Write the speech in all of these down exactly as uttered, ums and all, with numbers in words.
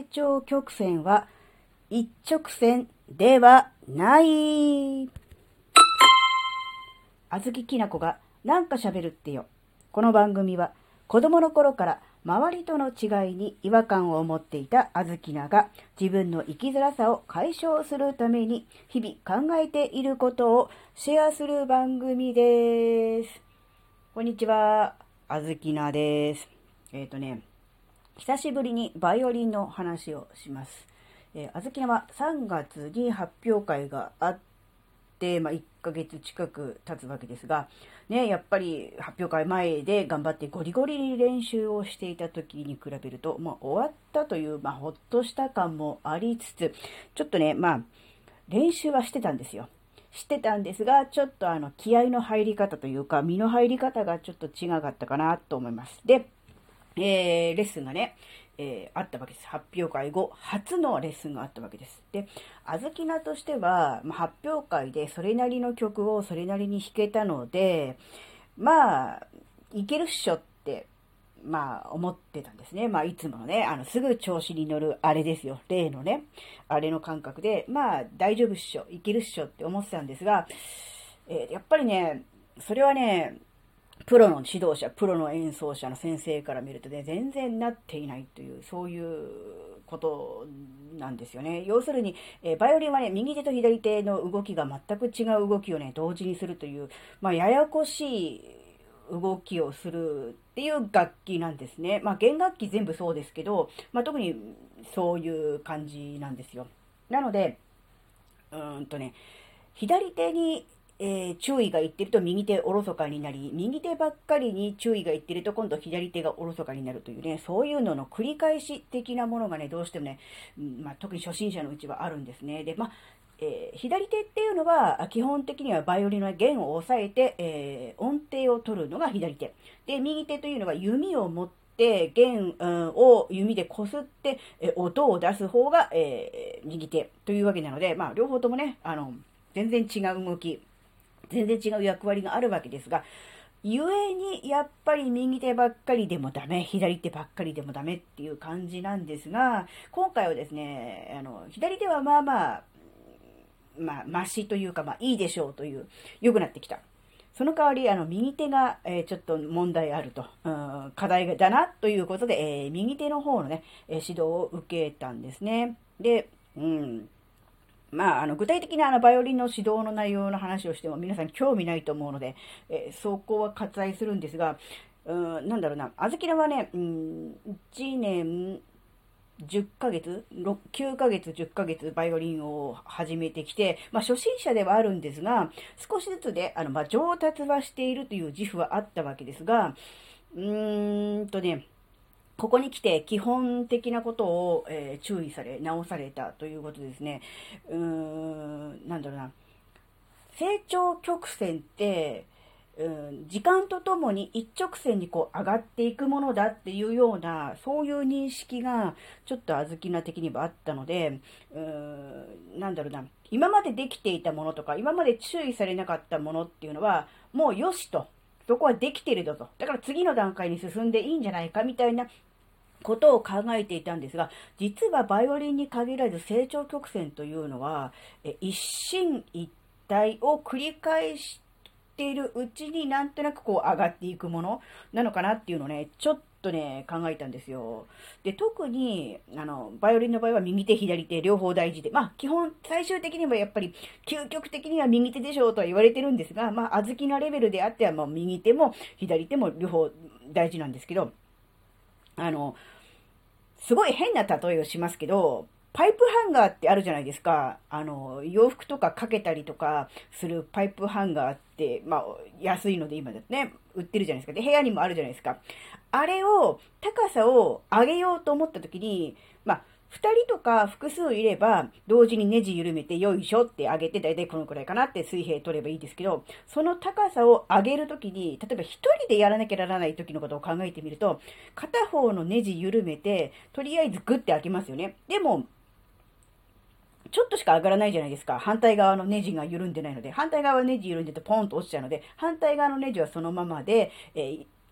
長曲線は一直線ではない。あずききなこがなんか喋るってよ。この番組は子供の頃から周りとの違いに違和感を持っていたあずきなが自分の生きづらさを解消するために日々考えていることをシェアする番組です。こんにちは、あずきなです。えっとね、久しぶりにバイオリンの話をします。えー、あずきなはさんがつに発表会があって、まあ、いっかげつ近く経つわけですが、ね、やっぱり発表会前で頑張ってゴリゴリに練習をしていた時に比べると、まあ、終わったという、まあ、ほっとした感もありつつ、ちょっとね、まあ、練習はしてたんですよ。してたんですが、ちょっとあの、気合の入り方というか、身の入り方がちょっと違かったかなと思います。で、えー、レッスンがね、えー、あったわけです。発表会後、初のレッスンがあったわけです。で、あずきなとしては、まあ、発表会でそれなりの曲をそれなりに弾けたので、まあ、いけるっしょって、まあ、思ってたんですね。まあ、いつものね、あの、すぐ調子に乗るあれですよ。例のね、あれの感覚で、まあ、大丈夫っしょ、いけるっしょって思ってたんですが、えー、やっぱりね、それはね、プロの指導者、プロの演奏者の先生から見るとね、全然なっていないという、そういうことなんですよね。要するに、えー、バイオリンはね、右手と左手の動きが全く違う動きをね、同時にするという、まあ、ややこしい動きをするっていう楽器なんですね。まあ、弦楽器全部そうですけど、まあ、特にそういう感じなんですよ。なので、うーんとね、左手にえー、注意がいってると右手おろそかになり、右手ばっかりに注意がいってると今度左手がおろそかになるというね、そういうのの繰り返し的なものがね、どうしてもね、まあ、特に初心者のうちはあるんですね。で、まあ、えー、左手っていうのは、基本的にはバイオリンの弦を押さえて、えー、音程を取るのが左手。で、右手というのは弓を持って、弦、うん、を弓でこすって、えー、音を出す方が、えー、右手というわけなので、まあ、両方ともね、あの、全然違う動き。全然違う役割があるわけですが、ゆえに、やっぱり右手ばっかりでもダメ、左手ばっかりでもダメっていう感じなんですが、今回はですね、あの、左手はまあまあ、まあ、マシというか、まあ、いいでしょうという、良くなってきた。その代わり、あの、右手が、えー、ちょっと問題あると、うん、課題だなということで、えー、右手の方のね、えー、指導を受けたんですね。で、うん。まあ、あの、具体的なあの、バイオリンの指導の内容の話をしても皆さん興味ないと思うので、えー、そこは割愛するんですが、うん、なんだろうな、あずきらはね、うん、いちねんじゅっかげつ、きゅうかげつ、じゅっかげつバイオリンを始めてきて、まあ初心者ではあるんですが、少しずつで、あの、まあ上達はしているという自負はあったわけですが、うーんとね、ここに来て基本的なことを、えー注意され、直されたということですね。うーん、なんだろうな。成長曲線って、うん、時間とともに一直線にこう上がっていくものだっていうような、そういう認識がちょっと小豆な的にはあったので、うーん、なんだろうな。今までできていたものとか、今まで注意されなかったものっていうのは、もうよしと。そこはできてるぞと。だから次の段階に進んでいいんじゃないかみたいなことを考えていたんですが、実はバイオリンに限らず成長曲線というのは、え一進一退を繰り返しているうちになんとなくこう上がっていくものなのかなっていうのをね、ちょっとね、考えたんですよ。で、特に、あの、バイオリンの場合は右手、左手、両方大事で、まあ、基本、最終的にはやっぱり、究極的には右手でしょうとは言われてるんですが、まあ、小豆なレベルであっては、もう右手も左手も両方大事なんですけど、あの、すごい変な例えをしますけど、パイプハンガーってあるじゃないですか。あの、洋服とかかけたりとかするパイプハンガーって、まあ、安いので今だとね、売ってるじゃないですか。で、部屋にもあるじゃないですか。あれを、高さを上げようと思った時に、まあ、二人とか複数いれば、同時にネジ緩めて、よいしょって上げて、だいたいこのくらいかなって水平取ればいいですけど、その高さを上げるときに、例えば一人でやらなきゃならない時のことを考えてみると、片方のネジ緩めて、とりあえずグッて開けますよね。でも、ちょっとしか上がらないじゃないですか。反対側のネジが緩んでないので。反対側のネジ緩んでてポンと落ちちゃうので、反対側のネジはそのままで、えー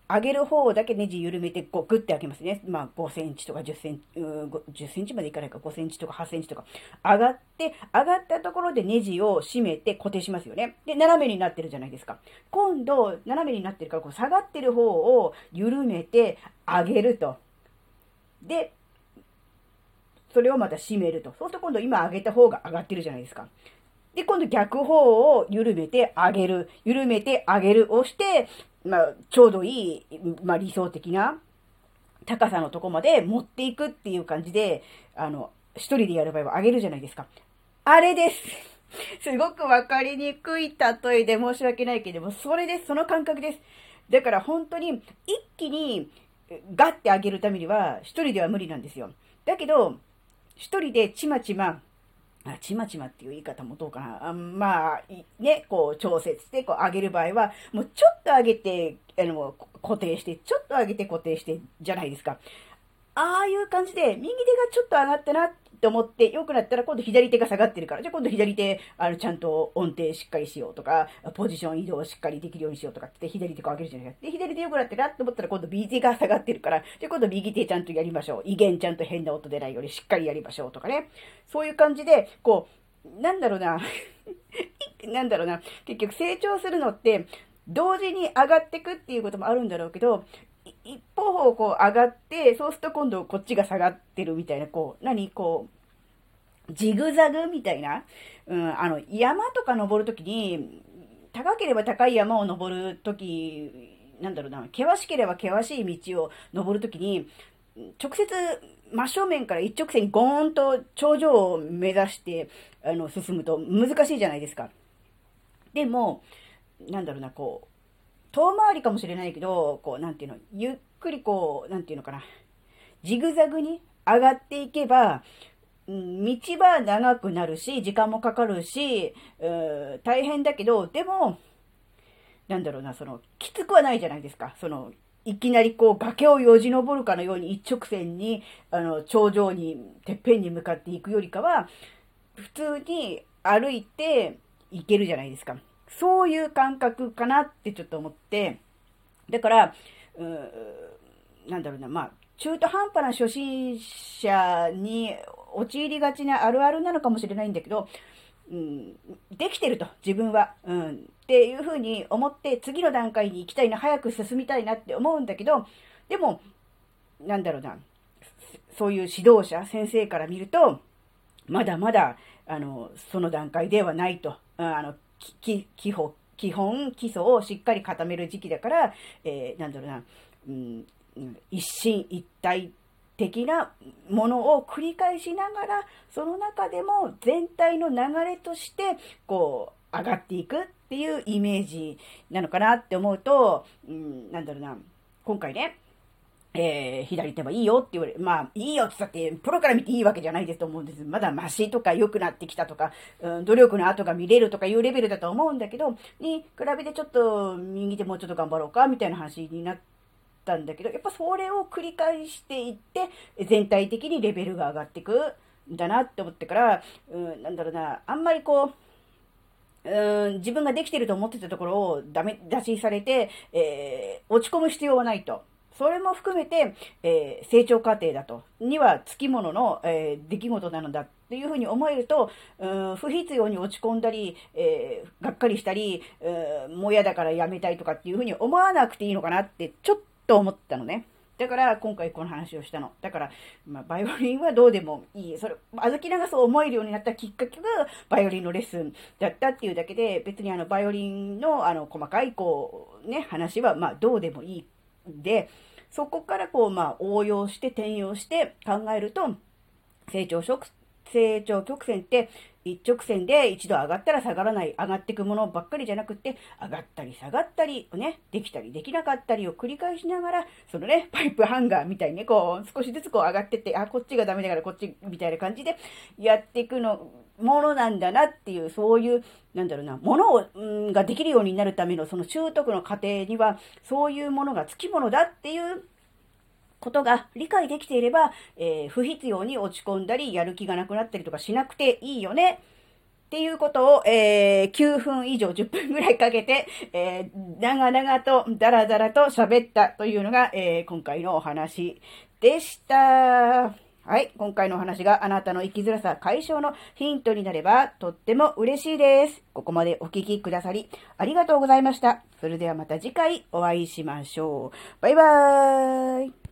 上げる方だけネジ緩めて、こう、グッて上げますね。まあ、ごセンチとかじゅっセンチ、うーじゅっセンチまでいかないか、ごセンチとかはちセンチとか、上がって、上がったところでネジを締めて固定しますよね。で、斜めになってるじゃないですか。今度、斜めになってるから、こう、下がってる方を緩めて上げると。で、それをまた締めると。そうすると今度今上げた方が上がってるじゃないですか。で、今度逆方を緩めて上げる。緩めて上げるをして、まあ、ちょうどいい、まあ理想的な高さのとこまで持っていくっていう感じで、あの、一人でやる場合は上げるじゃないですか。あれです。すごくわかりにくい例えで申し訳ないけれども、それです。その感覚です。だから本当に一気にガッて上げるためには一人では無理なんですよ。だけど、一人でちまちま、あ、ちまちまっていう言い方もどうかな。あまあ、ね、こう調節してこう上げる場合は、もうちょっと上げて、あの、固定して、ちょっと上げて固定してじゃないですか。ああいう感じで、右手がちょっと上がったなって思って良くなったら、今度左手が下がってるから、じゃあ今度左手、あの、ちゃんと音程しっかりしようとか、ポジション移動をしっかりできるようにしようとかって左手こう上げるじゃないですか。で、左手良くなってるなって思ったら、今度右手が下がってるから、じゃあ今度右手ちゃんとやりましょう。威厳ちゃんと変な音出ないようにしっかりやりましょうとかね。そういう感じで、こう、なんだろうな。なんだろうな。結局成長するのって、同時に上がってくっていうこともあるんだろうけど、一方こう上がって、そうすると今度こっちが下がってるみたいな、こう、何こう、ジグザグみたいな、うん、あの、山とか登るときに、高ければ高い山を登るとき、なんだろうな、険しければ険しい道を登るときに、直接真正面から一直線にゴーンと頂上を目指して、あの、進むと難しいじゃないですか。でも、なんだろうな、こう、遠回りかもしれないけど、こう、なんていうの、ゆっくりこう、なんていうのかな、ジグザグに上がっていけば、うん、道は長くなるし、時間もかかるし、う大変だけど、でも、なんだろうな、その、きつくはないじゃないですか。その、いきなりこう崖をよじ登るかのように一直線に、あの、頂上に、てっぺんに向かっていくよりかは、普通に歩いて行けるじゃないですか。そういう感覚かなってちょっと思って、だから、うーなんだろうな、まあ、中途半端な初心者に陥りがちなあるあるなのかもしれないんだけど、うん、できてると、自分は。うん、っていうふうに思って、次の段階に行きたいな、早く進みたいなって思うんだけど、でも、なんだろうな、そういう指導者、先生から見ると、まだまだ、あの、その段階ではないと。あの、き、基本、基本、基礎をしっかり固める時期だから、えー、なんだろうな、うん、一進一退的なものを繰り返しながら、その中でも全体の流れとして、こう、上がっていくっていうイメージなのかなって思うと、うん、なんだろうな、今回ね、えー、左手はいいよって言われ、まあ、いいよって言ったって、プロから見ていいわけじゃないですと思うんです。まだマシとか良くなってきたとか、うん、努力の跡が見れるとかいうレベルだと思うんだけど、に比べてちょっと、右手もうちょっと頑張ろうか、みたいな話になったんだけど、やっぱそれを繰り返していって、全体的にレベルが上がっていくんだなって思ってから、うん、なんだろうな、あんまりこう、うん、自分ができてると思ってたところをダメ出しされて、えー、落ち込む必要はないと。それも含めて、えー、成長過程だと。にはつきものの、えー、出来事なのだっていうふうに思えると、うん、不必要に落ち込んだり、えー、がっかりしたり、うん、もう嫌だからやめたいとかっていうふうに思わなくていいのかなってちょっと思ったのね。だから今回この話をしたの。だから、まあ、バイオリンはどうでもいい。それ、あずきながそう思えるようになったきっかけがバイオリンのレッスンだったっていうだけで、別にあのバイオリンのあの細かいこうね、話はまあどうでもいいんで、そこからこう、まあ、応用して転用して考えると、成長曲、成長曲線って一直線で一度上がったら下がらない、上がっていくものばっかりじゃなくて、上がったり下がったり、ね、できたりできなかったりを繰り返しながら、そのね、パイプハンガーみたいにね、こう、少しずつこう上がってって、あ、こっちがダメだからこっちみたいな感じでやっていくの、ものなんだなっていう、そういう、なんだろうな、ものを、んができるようになるためのその習得の過程には、そういうものがつきものだっていうことが理解できていれば、えー、不必要に落ち込んだり、やる気がなくなったりとかしなくていいよね。 っていうことを、えー、きゅうふん以上じゅっぷんぐらいかけて、えー、長々とダラダラと喋ったというのが、えー、今回のお話でした。はい。今回のお話があなたの生きづらさ解消のヒントになればとっても嬉しいです。ここまでお聞きくださりありがとうございました。それではまた次回お会いしましょう。バイバーイ。